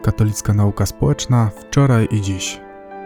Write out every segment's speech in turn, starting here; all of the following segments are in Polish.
Katolicka nauka społeczna wczoraj i dziś.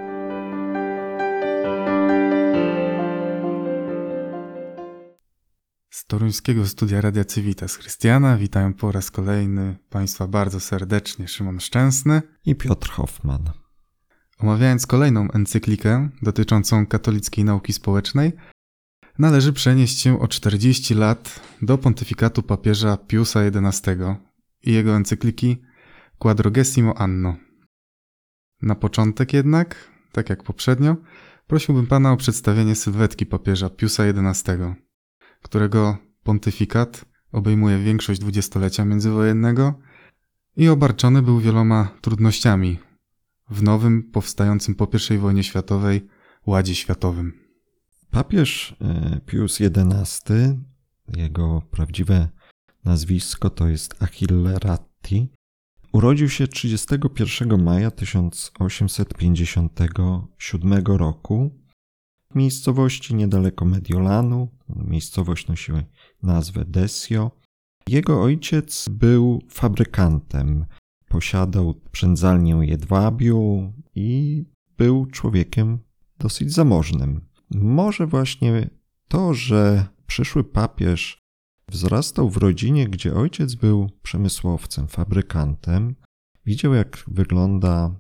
Z toruńskiego studia Radia Civitas Chrystiana witają po raz kolejny Państwa bardzo serdecznie Szymon Szczęsny i Piotr Hoffman. Omawiając kolejną encyklikę dotyczącą katolickiej nauki społecznej, należy przenieść się o 40 lat do pontyfikatu papieża Piusa XI i jego encykliki Quadragesimo Anno. Na początek jednak, tak jak poprzednio, prosiłbym Pana o przedstawienie sylwetki papieża Piusa XI, którego pontyfikat obejmuje większość dwudziestolecia międzywojennego i obarczony był wieloma trudnościami w nowym, powstającym po I wojnie światowej ładzie światowym. Papież Pius XI, jego prawdziwe nazwisko to jest Achille Ratti, urodził się 31 maja 1857 roku w miejscowości niedaleko Mediolanu. Miejscowość nosi nazwę Desio. Jego ojciec był fabrykantem, posiadał przędzalnię jedwabiu i był człowiekiem dosyć zamożnym. Może właśnie to, że przyszły papież wzrastał w rodzinie, gdzie ojciec był przemysłowcem, fabrykantem, widział jak wygląda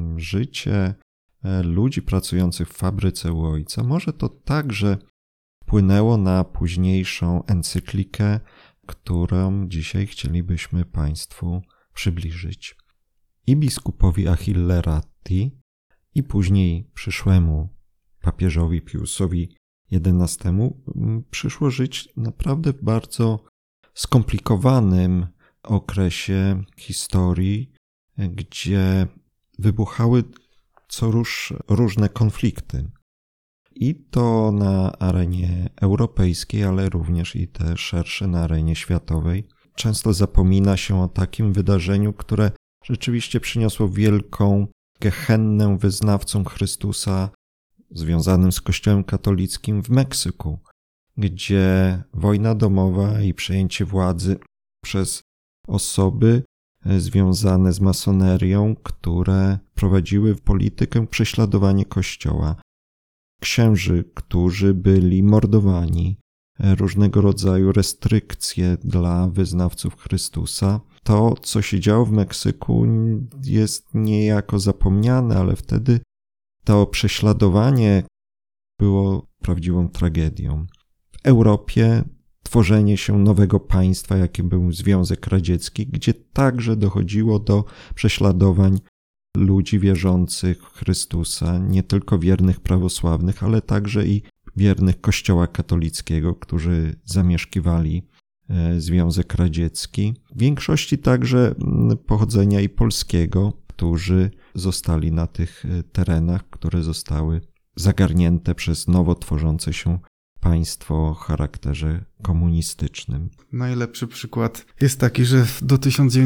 życie ludzi pracujących w fabryce u ojca. Może to także wpłynęło na późniejszą encyklikę, którą dzisiaj chcielibyśmy Państwu przybliżyć. I biskupowi Achille Ratti, i później przyszłemu papieżowi Piusowi XI przyszło żyć naprawdę w bardzo skomplikowanym okresie historii, gdzie wybuchały co rusz różne konflikty. I to na arenie europejskiej, ale również i te szersze na arenie światowej. Często zapomina się o takim wydarzeniu, które rzeczywiście przyniosło wielką gehennę wyznawcom Chrystusa związanym z Kościołem katolickim w Meksyku, gdzie wojna domowa i przejęcie władzy przez osoby związane z masonerią, które prowadziły politykę prześladowania Kościoła, księży, którzy byli mordowani, różnego rodzaju restrykcje dla wyznawców Chrystusa. To, co się działo w Meksyku, jest niejako zapomniane, ale wtedy to prześladowanie było prawdziwą tragedią. W Europie tworzenie się nowego państwa, jakim był Związek Radziecki, gdzie także dochodziło do prześladowań ludzi wierzących w Chrystusa, nie tylko wiernych prawosławnych, ale także i wiernych Kościoła katolickiego, którzy zamieszkiwali Związek Radziecki. W większości także pochodzenia i polskiego, którzy zostali na tych terenach, które zostały zagarnięte przez nowo tworzące się państwo o charakterze komunistycznym. Najlepszy przykład jest taki, że do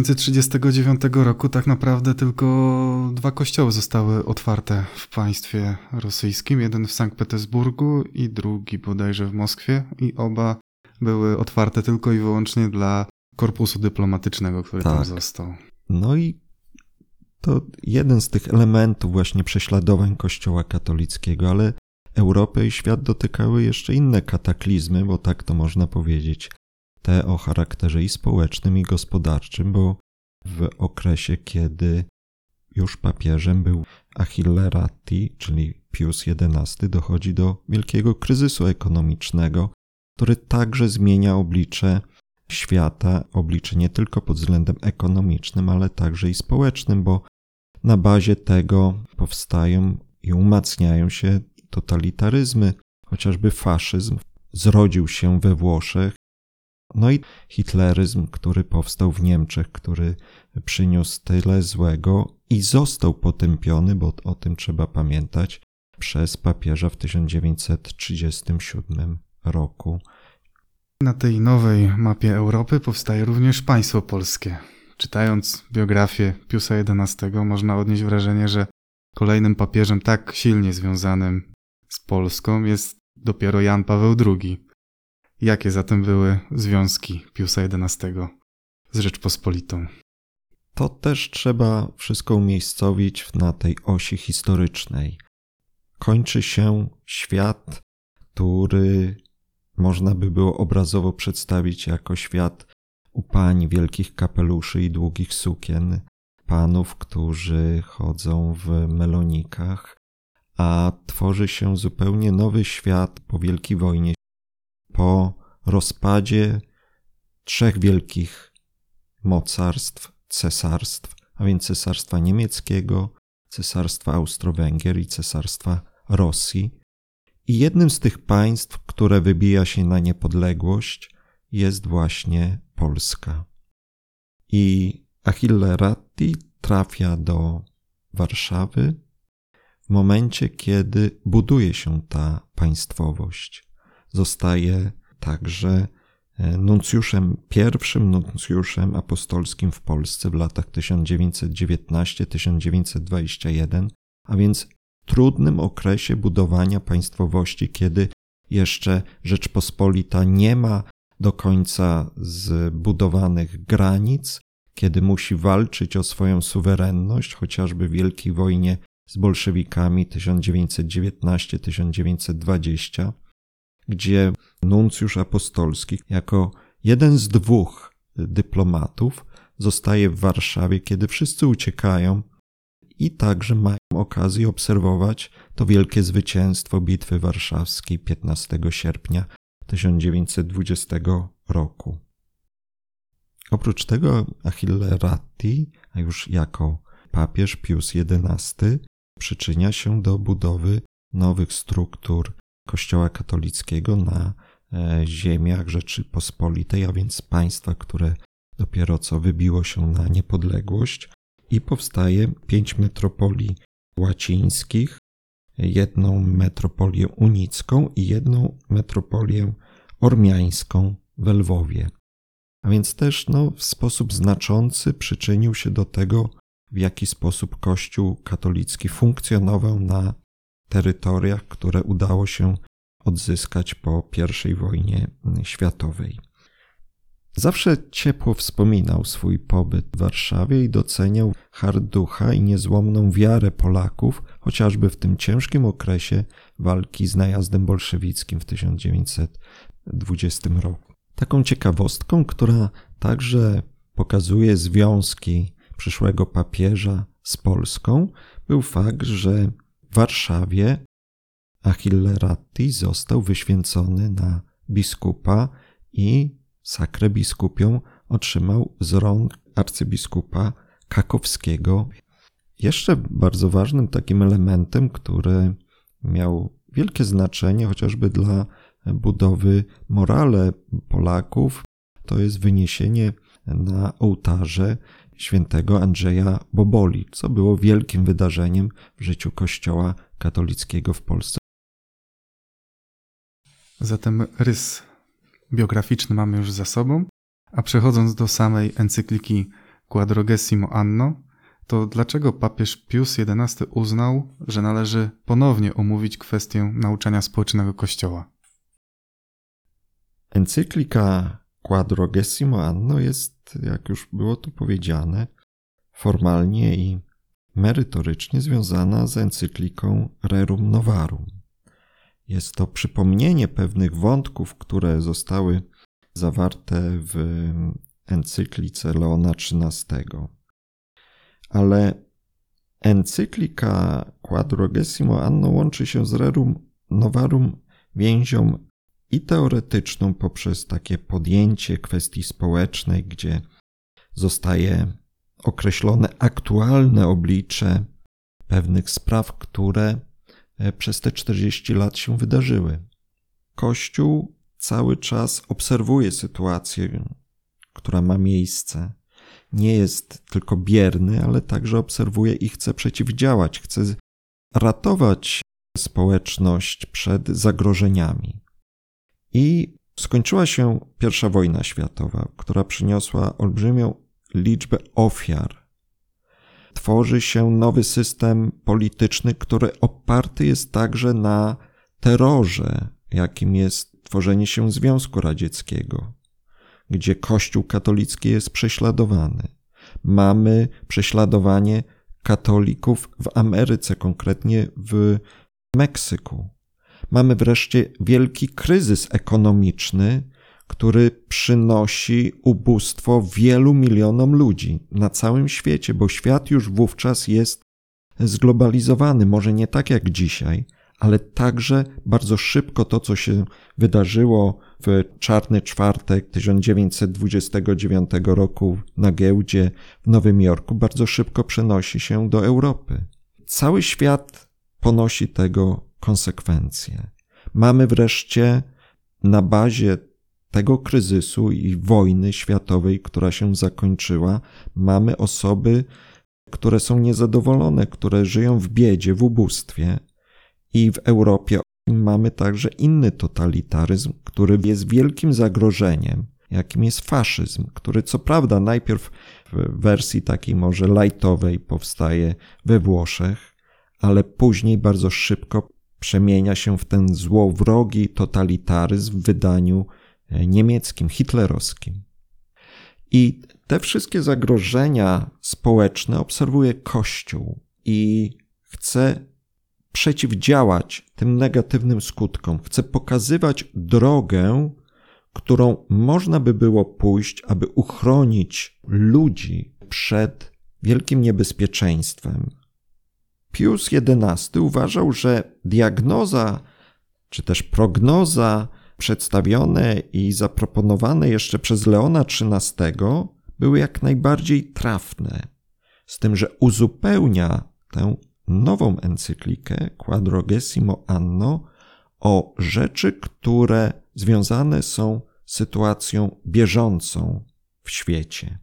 1939 roku tak naprawdę tylko 2 kościoły zostały otwarte w państwie rosyjskim. Jeden w Sankt Petersburgu i drugi bodajże w Moskwie i oba były otwarte tylko i wyłącznie dla korpusu dyplomatycznego, który tam został. No i to jeden z tych elementów właśnie prześladowań Kościoła katolickiego, ale Europę i świat dotykały jeszcze inne kataklizmy, bo tak to można powiedzieć, te o charakterze i społecznym, i gospodarczym, bo w okresie, kiedy już papieżem był Achille Ratti, czyli Pius XI, dochodzi do wielkiego kryzysu ekonomicznego, który także zmienia oblicze świata, oblicze nie tylko pod względem ekonomicznym, ale także i społecznym, bo na bazie tego powstają i umacniają się totalitaryzmy, chociażby faszyzm zrodził się we Włoszech, no i hitleryzm, który powstał w Niemczech, który przyniósł tyle złego i został potępiony, bo o tym trzeba pamiętać, przez papieża w 1937 roku. Na tej nowej mapie Europy powstaje również państwo polskie. Czytając biografię Piusa XI można odnieść wrażenie, że kolejnym papieżem tak silnie związanym z Polską jest dopiero Jan Paweł II. Jakie zatem były związki Piusa XI z Rzeczpospolitą? to też trzeba wszystko umiejscowić na tej osi historycznej. Kończy się świat, który można by było obrazowo przedstawić jako świat u pań wielkich kapeluszy i długich sukien, panów, którzy chodzą w melonikach, a tworzy się zupełnie nowy świat po Wielkiej Wojnie, po rozpadzie 3 wielkich mocarstw, cesarstw, a więc Cesarstwa Niemieckiego, Cesarstwa Austro-Węgier i Cesarstwa Rosji. I jednym z tych państw, które wybija się na niepodległość, jest właśnie Polska. I Achille Ratti trafia do Warszawy w momencie, kiedy buduje się ta państwowość. Zostaje także pierwszym nuncjuszem apostolskim w Polsce w latach 1919-1921, a więc w trudnym okresie budowania państwowości, kiedy jeszcze Rzeczpospolita nie ma do końca zbudowanych granic, kiedy musi walczyć o swoją suwerenność, chociażby w Wielkiej Wojnie z bolszewikami 1919-1920, gdzie nuncjusz apostolski jako jeden z 2 dyplomatów zostaje w Warszawie, kiedy wszyscy uciekają i także mają okazję obserwować to wielkie zwycięstwo Bitwy Warszawskiej 15 sierpnia 1920 roku. Oprócz tego Achille Ratti, a już jako papież Pius XI, przyczynia się do budowy nowych struktur Kościoła katolickiego na ziemiach Rzeczypospolitej, a więc państwa, które dopiero co wybiło się na niepodległość, i powstaje 5 metropolii łacińskich, 1 metropolię unicką i 1 metropolię ormiańską w Lwowie. A więc też w sposób znaczący przyczynił się do tego, w jaki sposób Kościół katolicki funkcjonował na terytoriach, które udało się odzyskać po I wojnie światowej. Zawsze ciepło wspominał swój pobyt w Warszawie i doceniał hart ducha i niezłomną wiarę Polaków, chociażby w tym ciężkim okresie walki z najazdem bolszewickim w 1920 roku. Taką ciekawostką, która także pokazuje związki przyszłego papieża z Polską, był fakt, że w Warszawie Achille Ratti został wyświęcony na biskupa i sakrę biskupią otrzymał z rąk arcybiskupa Kakowskiego. Jeszcze bardzo ważnym takim elementem, który miał wielkie znaczenie chociażby dla budowy morale Polaków, to jest wyniesienie na ołtarze świętego Andrzeja Boboli, co było wielkim wydarzeniem w życiu Kościoła katolickiego w Polsce. Zatem rys biograficzny mamy już za sobą, a przechodząc do samej encykliki Quadragesimo Anno, to dlaczego papież Pius XI uznał, że należy ponownie omówić kwestię nauczania społecznego Kościoła? Encyklika Quadragesimo Anno jest, jak już było tu powiedziane, formalnie i merytorycznie związana z encykliką Rerum Novarum. Jest to przypomnienie pewnych wątków, które zostały zawarte w encyklice Leona XIII. Ale encyklika Quadragesimo Anno łączy się z Rerum Novarum więzią i teoretyczną poprzez takie podjęcie kwestii społecznej, gdzie zostaje określone aktualne oblicze pewnych spraw, które przez te 40 lat się wydarzyły. Kościół cały czas obserwuje sytuację, która ma miejsce. Nie jest tylko bierny, ale także obserwuje i chce przeciwdziałać, chce ratować społeczność przed zagrożeniami. I skończyła się I wojna światowa, która przyniosła olbrzymią liczbę ofiar. Tworzy się nowy system polityczny, który oparty jest także na terrorze, jakim jest tworzenie się Związku Radzieckiego, gdzie Kościół katolicki jest prześladowany. mamy prześladowanie katolików w Ameryce, konkretnie w Meksyku. Mamy wreszcie wielki kryzys ekonomiczny, który przynosi ubóstwo wielu milionom ludzi na całym świecie, bo świat już wówczas jest zglobalizowany, może nie tak jak dzisiaj, ale także bardzo szybko to, co się wydarzyło w Czarny Czwartek 1929 roku na giełdzie w Nowym Jorku, bardzo szybko przenosi się do Europy. Cały świat ponosi tego konsekwencje. Mamy wreszcie na bazie tego kryzysu i wojny światowej, która się zakończyła, mamy osoby, które są niezadowolone, które żyją w biedzie, w ubóstwie. I w Europie mamy także inny totalitaryzm, który jest wielkim zagrożeniem, jakim jest faszyzm, który co prawda najpierw w wersji takiej może lightowej powstaje we Włoszech, ale później bardzo szybko przemienia się w ten złowrogi totalitaryzm w wydaniu niemieckim, hitlerowskim. I te wszystkie zagrożenia społeczne obserwuje Kościół i chce przeciwdziałać tym negatywnym skutkom. Chce pokazywać drogę, którą można by było pójść, aby uchronić ludzi przed wielkim niebezpieczeństwem. Pius XI uważał, że diagnoza, czy też prognoza przedstawione i zaproponowane jeszcze przez Leona XIII były jak najbardziej trafne, z tym, że uzupełnia tę nową encyklikę Quadragesimo Anno o rzeczy, które związane są z sytuacją bieżącą w świecie.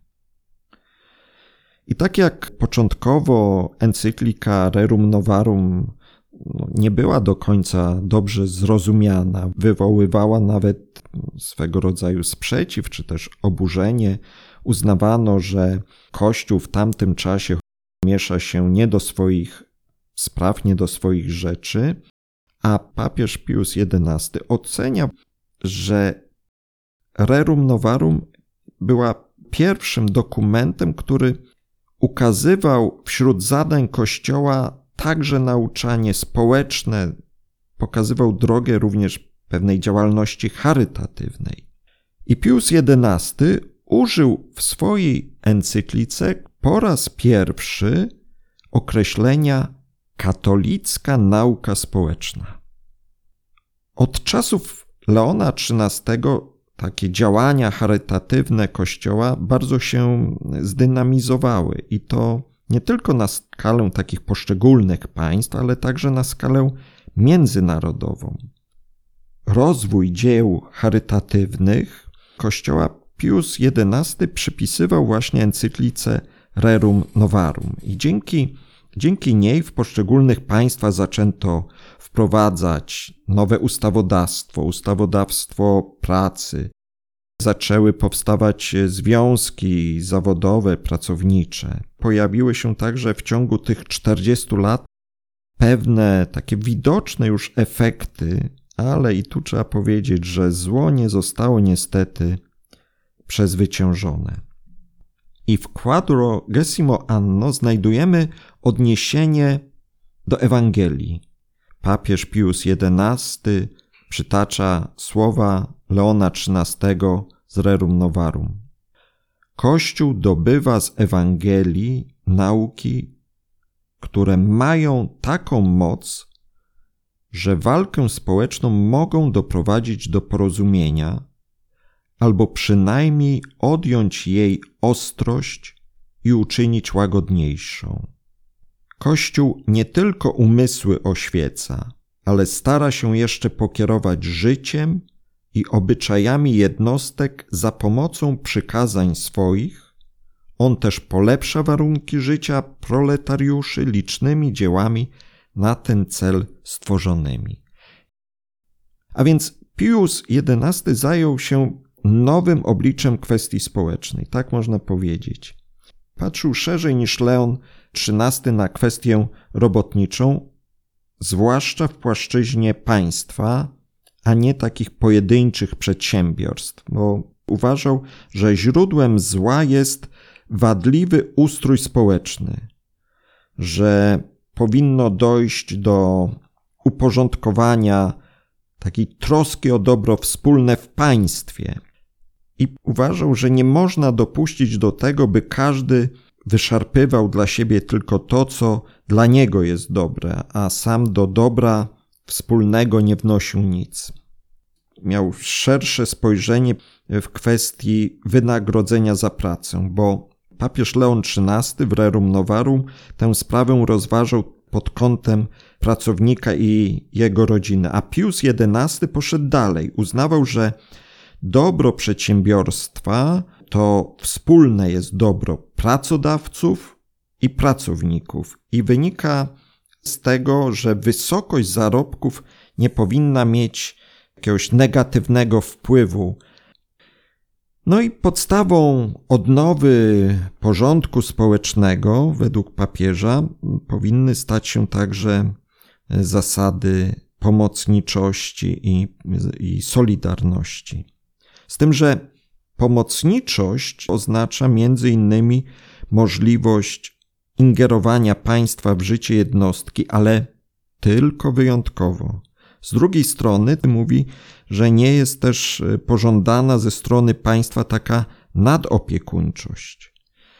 I tak jak początkowo encyklika Rerum Novarum nie była do końca dobrze zrozumiana, wywoływała nawet swego rodzaju sprzeciw czy też oburzenie, uznawano, że Kościół w tamtym czasie miesza się nie do swoich spraw, nie do swoich rzeczy, a papież Pius XI ocenia, że Rerum Novarum była pierwszym dokumentem, który ukazywał wśród zadań Kościoła także nauczanie społeczne, pokazywał drogę również pewnej działalności charytatywnej. I Pius XI użył w swojej encyklice po raz pierwszy określenia katolicka nauka społeczna. Od czasów Leona XIII takie działania charytatywne Kościoła bardzo się zdynamizowały i to nie tylko na skalę takich poszczególnych państw, ale także na skalę międzynarodową. Rozwój dzieł charytatywnych Kościoła Pius XI przypisywał właśnie encyklice Rerum Novarum i dzięki niej w poszczególnych państwach zaczęto wprowadzać nowe ustawodawstwo pracy. Zaczęły powstawać związki zawodowe, pracownicze. Pojawiły się także w ciągu tych 40 lat pewne takie widoczne już efekty, ale i tu trzeba powiedzieć, że zło nie zostało niestety przezwyciężone. I w Quadragesimo Anno znajdujemy odniesienie do Ewangelii. Papież Pius XI przytacza słowa Leona XIII z Rerum Novarum. Kościół dobywa z Ewangelii nauki, które mają taką moc, że walkę społeczną mogą doprowadzić do porozumienia albo przynajmniej odjąć jej ostrość i uczynić łagodniejszą. Kościół nie tylko umysły oświeca, ale stara się jeszcze pokierować życiem i obyczajami jednostek za pomocą przykazań swoich. On też polepsza warunki życia proletariuszy licznymi dziełami na ten cel stworzonymi. A więc Pius XI zajął się nowym obliczem kwestii społecznej, tak można powiedzieć. Patrzył szerzej niż Leon XIII na kwestię robotniczą, zwłaszcza w płaszczyźnie państwa, a nie takich pojedynczych przedsiębiorstw, bo uważał, że źródłem zła jest wadliwy ustrój społeczny, że powinno dojść do uporządkowania takiej troski o dobro wspólne w państwie. I uważał, że nie można dopuścić do tego, by każdy wyszarpywał dla siebie tylko to, co dla niego jest dobre, a sam do dobra wspólnego nie wnosił nic. Miał szersze spojrzenie w kwestii wynagrodzenia za pracę, bo papież Leon XIII w Rerum Novarum tę sprawę rozważał pod kątem pracownika i jego rodziny, a Pius XI poszedł dalej. Uznawał, że dobro przedsiębiorstwa to wspólne jest dobro pracodawców i pracowników i wynika z tego, że wysokość zarobków nie powinna mieć jakiegoś negatywnego wpływu. No i podstawą odnowy porządku społecznego według papieża powinny stać się także zasady pomocniczości i solidarności. Z tym, że pomocniczość oznacza między innymi możliwość ingerowania państwa w życie jednostki, ale tylko wyjątkowo. Z drugiej strony mówi, że nie jest też pożądana ze strony państwa taka nadopiekuńczość.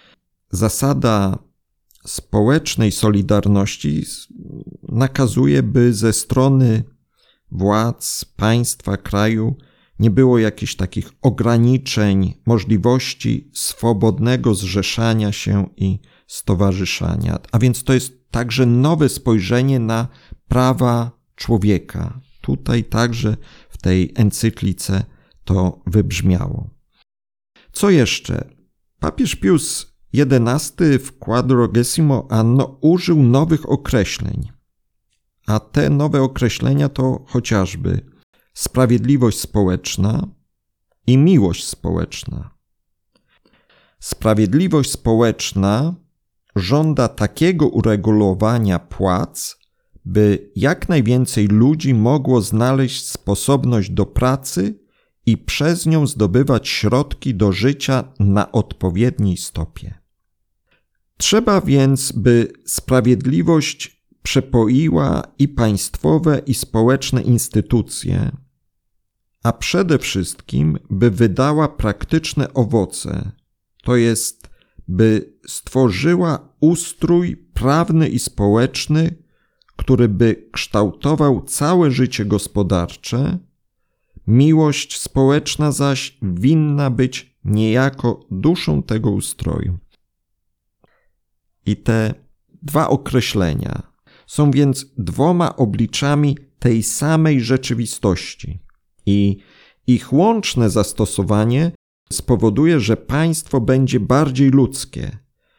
Zasada społecznej solidarności nakazuje, by ze strony władz, państwa, kraju nie było jakichś takich ograniczeń, możliwości swobodnego zrzeszania się i stowarzyszania. A więc to jest także nowe spojrzenie na prawa człowieka. Tutaj także w tej encyklice to wybrzmiało. Co jeszcze? Papież Pius XI w Quadragesimo Anno użył nowych określeń, a te nowe określenia to chociażby sprawiedliwość społeczna i miłość społeczna. Sprawiedliwość społeczna żąda takiego uregulowania płac, by jak najwięcej ludzi mogło znaleźć sposobność do pracy i przez nią zdobywać środki do życia na odpowiedniej stopie. Trzeba więc, by sprawiedliwość przepoiła i państwowe, i społeczne instytucje, a przede wszystkim, by wydała praktyczne owoce, to jest, by stworzyła ustrój prawny i społeczny, który by kształtował całe życie gospodarcze, miłość społeczna zaś winna być niejako duszą tego ustroju. I te dwa określenia są więc dwoma obliczami tej samej rzeczywistości i ich łączne zastosowanie spowoduje, że państwo będzie bardziej ludzkie.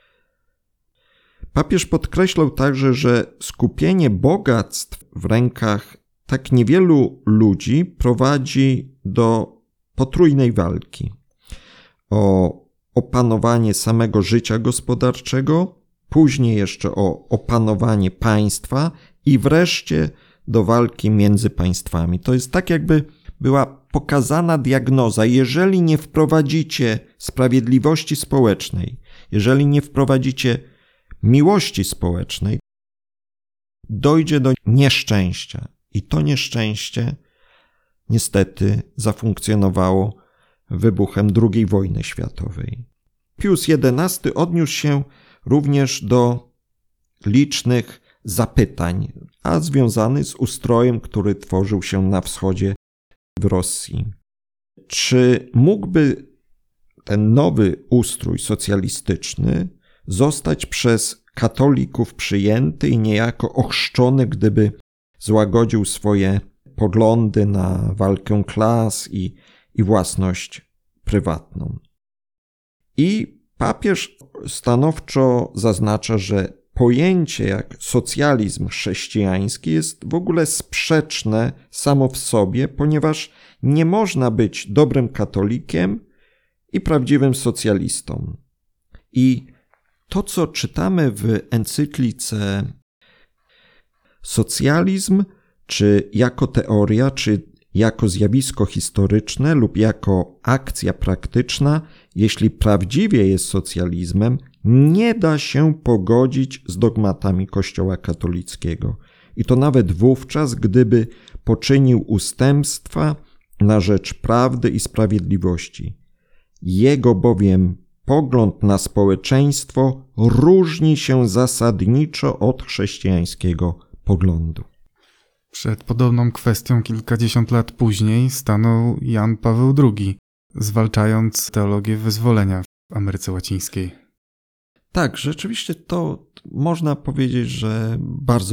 Papież podkreślał także, że skupienie bogactw w rękach tak niewielu ludzi prowadzi do potrójnej walki o opanowanie samego życia gospodarczego, później jeszcze o opanowanie państwa i wreszcie do walki między państwami. To jest tak, jakby była pokazana diagnoza. Jeżeli nie wprowadzicie sprawiedliwości społecznej, jeżeli nie wprowadzicie miłości społecznej, dojdzie do nieszczęścia. I to nieszczęście niestety zafunkcjonowało wybuchem II wojny światowej. Pius XI odniósł się również do licznych zapytań, a związanych z ustrojem, który tworzył się na wschodzie w Rosji. Czy mógłby ten nowy ustrój socjalistyczny zostać przez katolików przyjęty i niejako ochrzczony, gdyby złagodził swoje poglądy na walkę klas i własność prywatną? I papież stanowczo zaznacza, że pojęcie jak socjalizm chrześcijański jest w ogóle sprzeczne samo w sobie, ponieważ nie można być dobrym katolikiem i prawdziwym socjalistą. I to, co czytamy w encyklice Socjalizm, czy jako teoria, czy jako zjawisko historyczne lub jako akcja praktyczna, jeśli prawdziwie jest socjalizmem, nie da się pogodzić z dogmatami Kościoła katolickiego. I to nawet wówczas, gdyby poczynił ustępstwa na rzecz prawdy i sprawiedliwości. Jego bowiem pogląd na społeczeństwo różni się zasadniczo od chrześcijańskiego poglądu. Przed podobną kwestią kilkadziesiąt lat później stanął Jan Paweł II, zwalczając teologię wyzwolenia w Ameryce Łacińskiej. Tak, rzeczywiście to można powiedzieć, że bardzo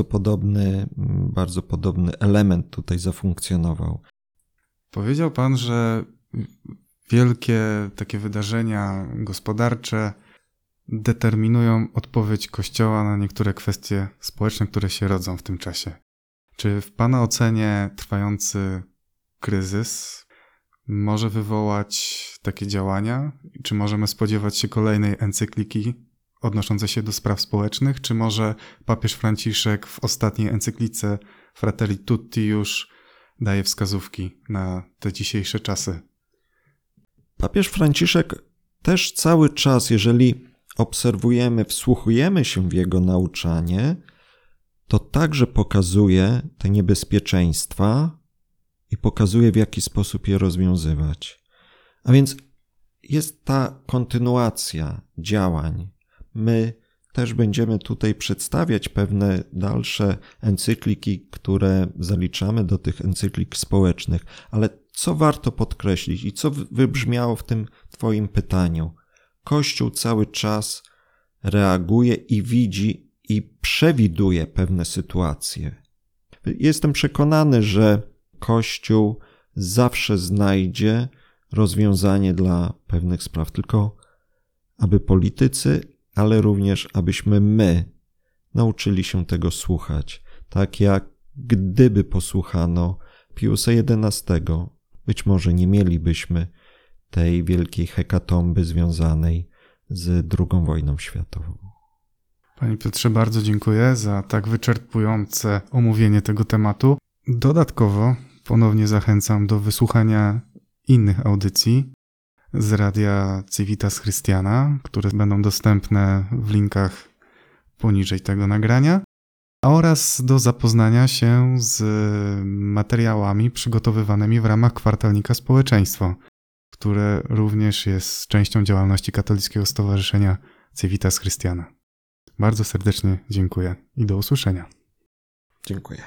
podobny element tutaj zafunkcjonował. Powiedział pan, że wielkie takie wydarzenia gospodarcze determinują odpowiedź Kościoła na niektóre kwestie społeczne, które się rodzą w tym czasie. Czy w pana ocenie trwający kryzys może wywołać takie działania? Czy możemy spodziewać się kolejnej encykliki odnoszącej się do spraw społecznych? Czy może papież Franciszek w ostatniej encyklice Fratelli Tutti już daje wskazówki na te dzisiejsze czasy? Papież Franciszek też cały czas, jeżeli obserwujemy, wsłuchujemy się w jego nauczanie, to także pokazuje te niebezpieczeństwa i pokazuje, w jaki sposób je rozwiązywać. A więc jest ta kontynuacja działań. My też będziemy tutaj przedstawiać pewne dalsze encykliki, które zaliczamy do tych encyklik społecznych, ale co warto podkreślić i co wybrzmiało w tym twoim pytaniu? Kościół cały czas reaguje i widzi i przewiduje pewne sytuacje. Jestem przekonany, że Kościół zawsze znajdzie rozwiązanie dla pewnych spraw, tylko aby politycy, ale również abyśmy my nauczyli się tego słuchać. Tak jak gdyby posłuchano Piusa XI, być może nie mielibyśmy tej wielkiej hekatomby związanej z II wojną światową. Panie Piotrze, bardzo dziękuję za tak wyczerpujące omówienie tego tematu. Dodatkowo ponownie zachęcam do wysłuchania innych audycji z radia Civitas Christiana, które będą dostępne w linkach poniżej tego nagrania, oraz do zapoznania się z materiałami przygotowywanymi w ramach kwartalnika Społeczeństwo, które również jest częścią działalności Katolickiego Stowarzyszenia Civitas Christiana. Bardzo serdecznie dziękuję i do usłyszenia. Dziękuję.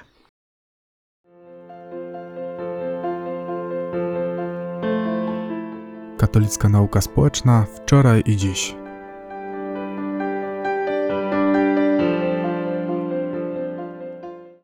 Katolicka nauka społeczna wczoraj i dziś.